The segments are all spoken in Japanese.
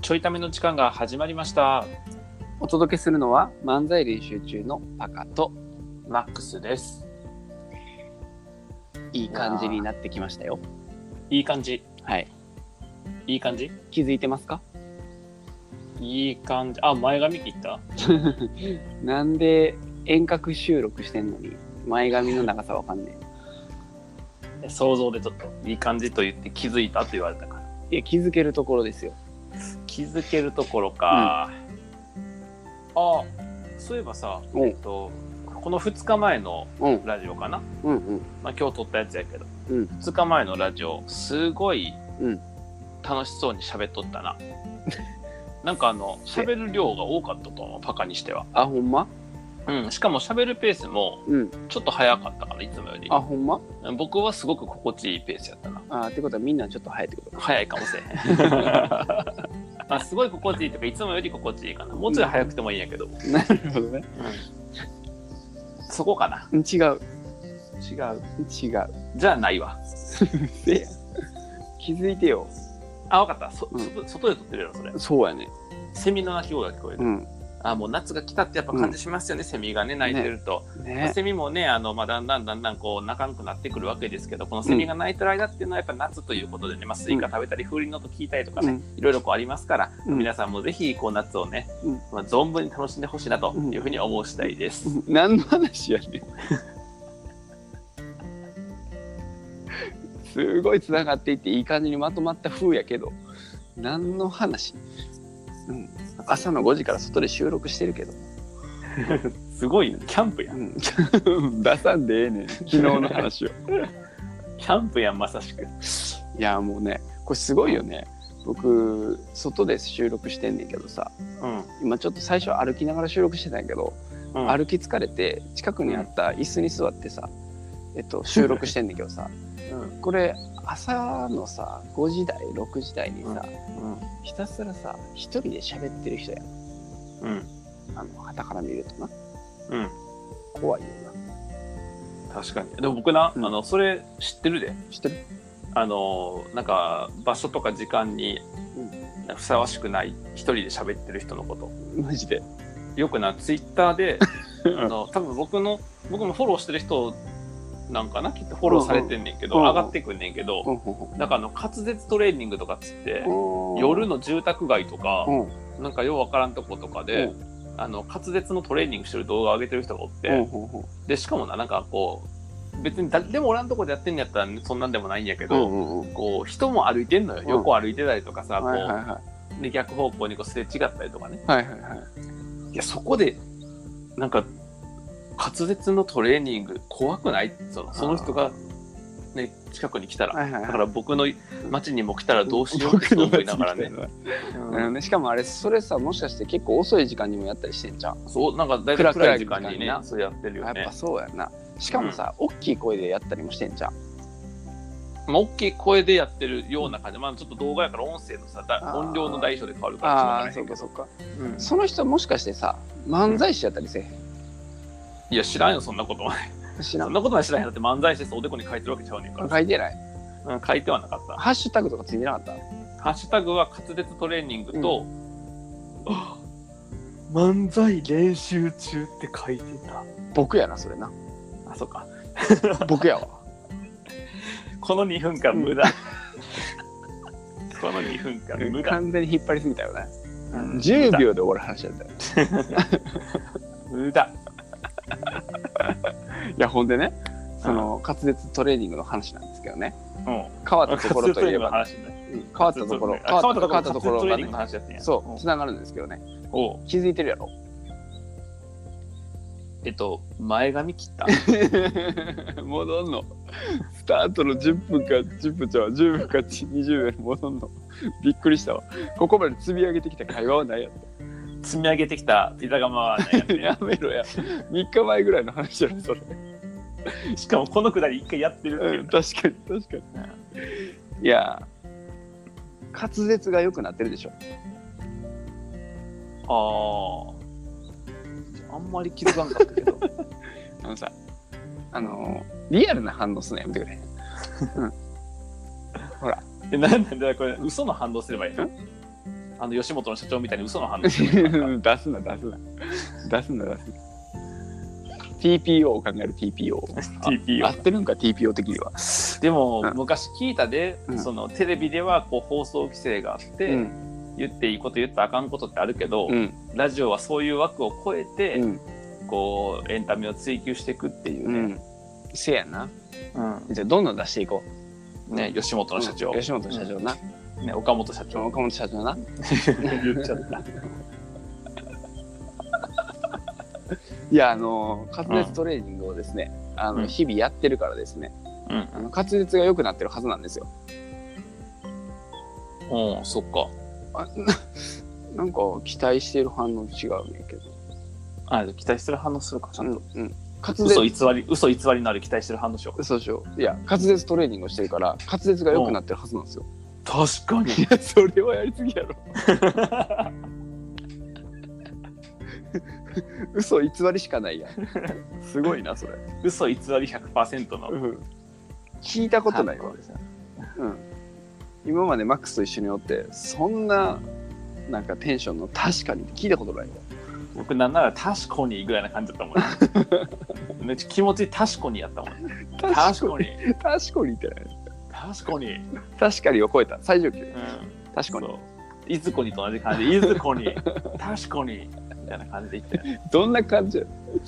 ちょいための時間が始まりました。 お届けするのは漫才練習中のパカとマックスです。 いい感じになってきましたよ。 いい感じ。 はい。 いい感じ。 気づいてますか？ いい感じ。あ、前髪切った？ なんで遠隔収録してんのに前髪の長さわかんね想像でちょっといい感じと言って気づいたと言われたから。 え。いや、気づけるところですよ。 気づけるところか。あ、そういえばさ、この2日前のラジオかな、 うんうんまあ、今日撮ったやつやけど、 うん、 2日前のラジオすごい楽しそうに喋っとったな。なんか喋る量が多かったと思う、パカにしては。 あ、ほんま？ うん、しかも喋るペースもちょっと早かったから、いつもより。 あ、ほんま？ 僕はすごく心地いいペースやったな。 あ、ってことはみんなちょっと早いってことか。 早いかもしれへん。まあ、すごい心地いいとか、いつもより心地いいかな。もうちょい早くてもいいんやけど。 なるほどね。 そこかな。 違う。 違う。 じゃあないわ。 気づいてよ。 あ、わかった。外で撮ってるやろ、それ。 そうやね。 セミの鳴き声が聞こえる。あ、もう夏が来たってやっぱ感じしますよね、セミがね、鳴いてると。ね、セミもね、まあ、だんだんこう鳴かなくなってくるわけですけど、このセミが鳴いてる間っていうのはやっぱ夏ということでね、まあ、スイカ食べたり風鈴の音聞いたりとかね、いろいろこうありますから、皆さんもぜひこう夏をね、まあ、存分に楽しんでほしいなというふうに思う次第です。 何の話やねん。すごいつながっていっていい感じにまとまった風やけど、何の話？朝の5時から外で収録してるけどすごい、ね、キャンプやん、 出さんでええねん、昨日の話を。 キャンプやん、まさしく。 いやもうね、これすごいよね。僕外で収録してんねんけどさ、今ちょっと最初歩きながら収録してたんやけど、歩き疲れて近くにあった椅子に座ってさ、収録してんねんけどさ、これ朝のさ5時台6時台にさ、ひたすらさ一人で喋ってる人やん。傍から見るとな、怖いよな。確かに。でも僕な、それ知ってるで。 知ってる？ なんか場所とか時間にふさわしくない一人で喋ってる人のこと。 マジで？ よくな、ツイッターで多分僕もフォローしてる人なんかな、きっとフォローされてんねんけど、上がってくんねんけど、なんか滑舌トレーニングとかっつって、夜の住宅街とか、なんかようわからんとことかで、滑舌のトレーニングしてる動画を上げてる人がおって、でしかもなんかこう別に誰でもおらんとこでやってんやったらそんなんでもないんやけど、こう人も歩いてんのよ、横歩いてたりとかさ、こうで逆方向にこうすれ違ったりとかね。いや、そこでなんか滑舌のトレーニング怖くない？その人がね近くに来たら、だから僕の街にも来たらどうしようって思いながらね。 しかもあれ、それさ、もしかして結構遅い時間にもやったりしてんじゃん。 そう、なんかだいたい暗い時間にね、それやってるよね。 やっぱそうやな。しかもさ、大きい声でやったりもしてんじゃん。 まあ、大きい声でやってるような感じ。まあちょっと動画やから音声のさ、音量の大小で変わるから。 そうかそうか。その人もしかしてさ、漫才師やったりせえへん？ いや、知らんよ、そんなことは。そんなことは知らへん。だって漫才師おでこに書いてるわけちゃうねんから。 書いてない？ 書いてはなかった。 ハッシュタグとかついてなかった？ ハッシュタグは滑舌トレーニングと、漫才練習中って書いてた。 僕やな、それな。 あ、そっか。 僕やわ。 この2分間無駄。この2分間無駄。 完全に引っ張りすぎたよね。10秒で終わる話だったよ。 無駄。 いや、ほんでね、その滑舌トレーニングの話なんですけどね。変わったところといえば、変わったところがね、そう、つながるんですけどね。気づいてるやろ？ 前髪切った。 戻んの。スタートの10分か20秒に戻んの。びっくりしたわ。ここまで積み上げてきた会話はないやった。 積み上げてきたピザ窯はないやつ。 やめろや。3日前ぐらいの話やろ、それ。 しかもこのくだり1回やってるっていう、 確かに。いや、滑舌が良くなってるでしょ。 あんまり気づかんかったけど。 さ、リアルな反応すんのやめてくれ。ほら。 なんだこれ、嘘の反応すればいいの？ 吉本の社長みたいに嘘の反応してる出すな。TPO を考える TPO 合ってるんか TPO 的には。 でも、昔聞いたで、そのテレビではこう放送規制があって、言っていいこと言ったらあかんことってあるけど、ラジオはそういう枠を超えて、こうエンタメを追求していくっていうね。 せやな。じゃあどんどん出していこう。ね、吉本の社長。 吉本社長な。 ね、岡本社長。 岡本社長な。 言っちゃった。 いや滑舌トレーニングをですね、日々やってるからですね、滑舌が良くなってるはずなんですよ。 そっか。 なんか期待してる反応違うねんけど。 期待してる反応するかちゃんと。嘘偽りのある期待してる反応しよう。 そうしよう。いや滑舌トレーニングをしてるから滑舌が良くなってるはずなんですよ。 確かに。 いやそれはやりすぎやろ。嘘偽りしかないやん。すごいなそれ。 嘘偽り 100% の、 聞いたことないわ。今までマックスと一緒におってそんななんかテンションの確かにって聞いたことないわ。 僕なんなら確かにぐらいな感じだったもん。めっちゃ気持ち確かにやったもん。確かにってない。確かにを超えた最上級。確かに。 いずこにと同じ感じでいずこに確かにみたいな感じで言って。 どんな感じ？い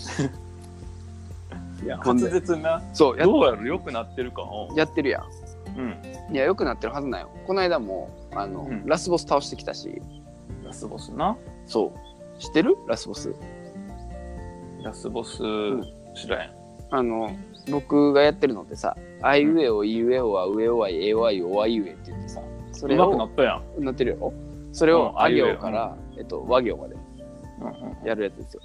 や滑舌な。 そうどうやる良くなってるか。 やってるやん。いや良くなってるはずなんよ。この間もラスボス倒してきたし。 ラスボスな。 そう。知ってる？ラスボス。 ラスボス知らん。 僕がやってるのってさ、あいうえおいうえおはうえおわいえわいおわいうえって言ってさ、それをうまくなったやん。 なってるよ。それをあ行から和行までやるやつですよ。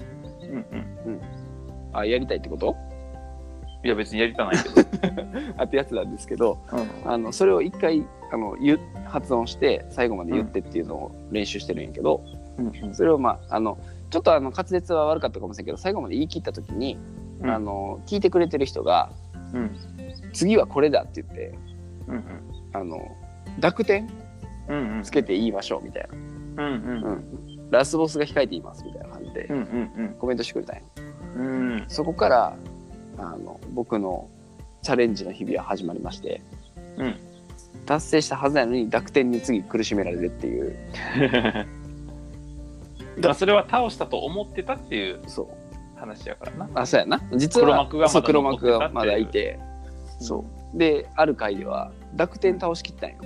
やりたいってこと？ いや別にやりたないけど。 ってやつなんですけど、それを一回発音して最後まで言ってっていうのを練習してるんやけど、それをちょっと滑舌は悪かったかもしれんけど最後まで言い切った時に、聞いてくれてる人が、次はこれだって言って、濁点つけて言いましょうみたいな、ラスボスが控えていますみたいな感じでコメントしてくれたんよ。そこから僕のチャレンジの日々は始まりまして、達成したはずなのに濁点に次苦しめられるっていう。 だからそれは倒したと思ってたっていう話やからな。 そうやな。実は黒幕がまだいて、そうである回では濁点倒しきったんよ。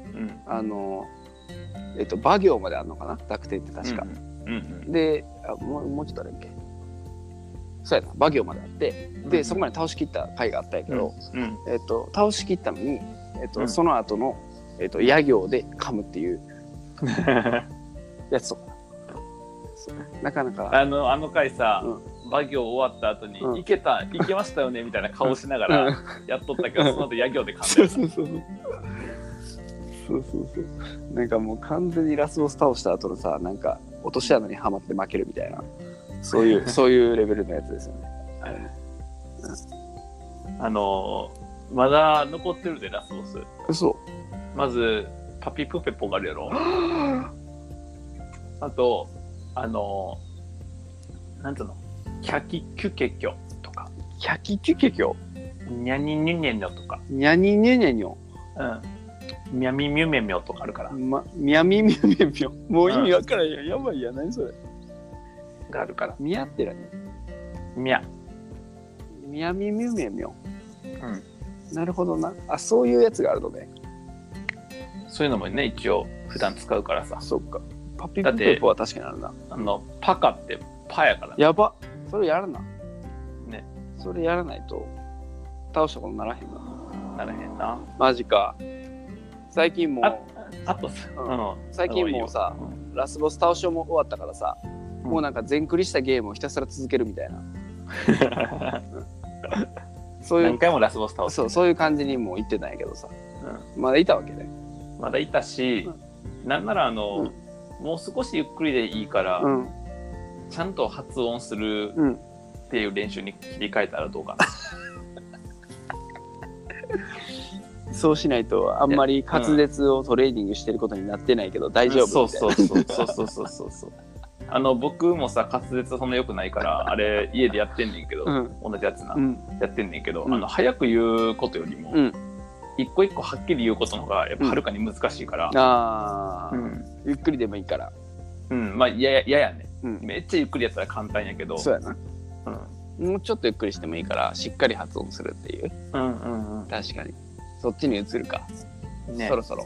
馬行まであるのかな、濁点って確か。でもうちょっとあれっけ。そうやな、馬行まであって、でそこまで倒しきった回があったんやけど、倒しきったのにその後の野行で噛むっていうやつとか。なかなかあの回さ、馬行終わった後に、いけましたよねみたいな顔しながらやっとったけど、その後野行で噛んでた。 そうなんかもう完全にラスボス倒した後のさ、なんか落とし穴にはまって負けるみたいな、そういうレベルのやつですよね。 まだ残ってるでラスボス。 嘘。 まずパピプペポがあるやろ。あとなんつうの、キャキキュケキョとか、 キャキキュケキョ、 ニャニニュニェニョとか、 ニャニニュニェニョ、 ミャミミュメミョとかあるから。 ミャミミュメミョ、もう意味わからんやん。やばいや、何それ。 があるから。 ミャって何？ ミャミミュメミョ。なるほどな。そういうやつがあるのね。 そういうのもね、一応普段使うからさ。 そっか。パピプペポは確かにあるな。 パカってパやから、ね。 やば。それやらな。 ね。 それやらないと倒したことならへんな。 ならへんな。 マジか。最近もあとさ、 最近もうさ、ラスボス倒しも終わったからさ、もうなんか全クリしたゲームをひたすら続けるみたいな。そういう何回もラスボス倒す。 そういう感じにもう言ってたんやけどさ、まだいたわけね。 まだいたし、なんならもう少しゆっくりでいいから、ちゃんと発音するっていう練習に切り替えたらどうかな。 そうしないとあんまり滑舌をトレーニングしてることになってないけど大丈夫みたいな。 そう僕もさ滑舌そんな良くないからあれ家でやってんねんけど、同じやつな、やってんねんけど、早く言うことよりも、一個一個はっきり言うことの方がやっぱはるかに難しいから、 ゆっくりでもいいから、 まあやね、めっちゃゆっくりやったら簡単やけど、 そうやな、もうちょっとゆっくりしてもいいからしっかり発音するっていう、確かにそっちに移るか、ね、そろそろ、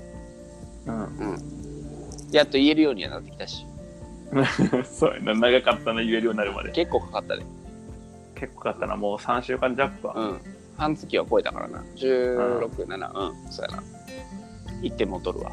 やっと言えるようにはなってきたしそうやな、長かったな、言えるようになるまで。 結構かかったね。 結構かかったな、もう3週間弱か。 半月は超えたからな。16、7、そうやな。1点も取るわ。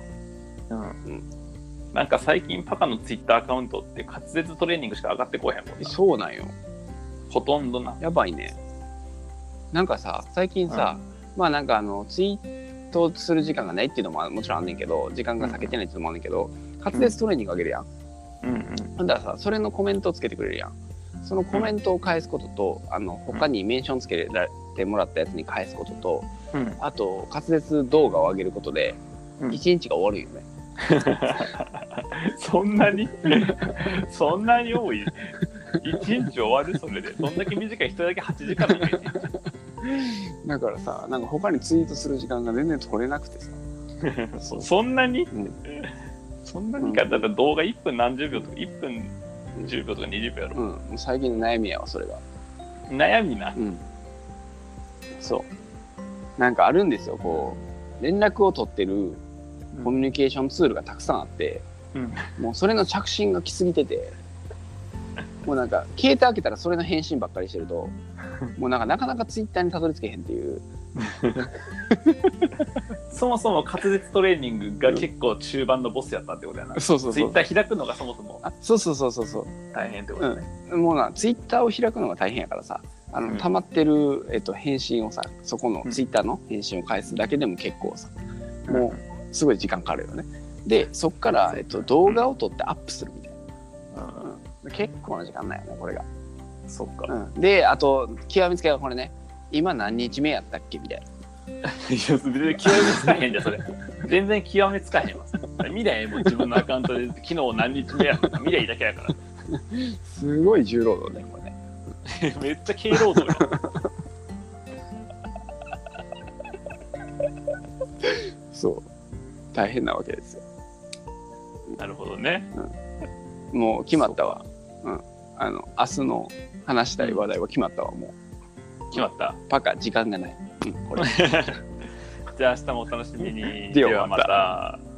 なんか最近パカのツイッターアカウントって滑舌トレーニングしか上がってこへんもんな。 そうなんよ。 ほとんどな。 やばいね。なんかさ、最近さ、まあなんかツイートする時間がないっていうのももちろんあんねんけど、時間が割けてないっていうのもあんねんけど、滑舌トレーニングあげるやん。だからさ、それのコメントをつけてくれるやん。そのコメントを返すことと、他にメンションつけてもらったやつに返すことと、あと滑舌動画を上げることで1日が終わるよね。 そんなにそんなに多い1日終わるそれで。どんだけ短い人だけ8時間の1日だからさ、なんか他にツイートする時間が全然取れなくてさそんなに、そんなにか。だって動画1分何十秒とか1分10秒とか20秒やろ。 最近の悩みやわそれが。 悩みな。 そうなんかあるんですよ、こう連絡を取ってるコミュニケーションツールがたくさんあって、もうそれの着信が来すぎてて、もうなんか携帯開けたらそれの返信ばっかりしてるともうなんかなかなかツイッターにたどり着けへんっていうそもそも滑舌トレーニングが結構中盤のボスやったってことやな。ツイッター開くのがそもそも大変ってことね。 もうな、ツイッターを開くのが大変やからさ、溜まってる、返信をさ、そこのツイッターの返信を返すだけでも結構さ、もうすごい時間かかるよね。でそっから、動画を撮ってアップするみたいな、結構な時間なんよねこれが。 そっか、 であと極めつけがこれね、今何日目やったっけみたいな。 いや全然極めつかへんじゃんそれ。全然極めつかへんわ。見りゃもう自分のアカウントで昨日何日目やったか見りゃいいだけやからすごい重労働ねこれねめっちゃ軽労働やそう大変なわけですよ。 なるほどね、 もう決まったわ。明日の話したい話題は決まったわ。もう決まった。 パカ時間がない、これじゃあ明日もお楽しみに。 ではまた。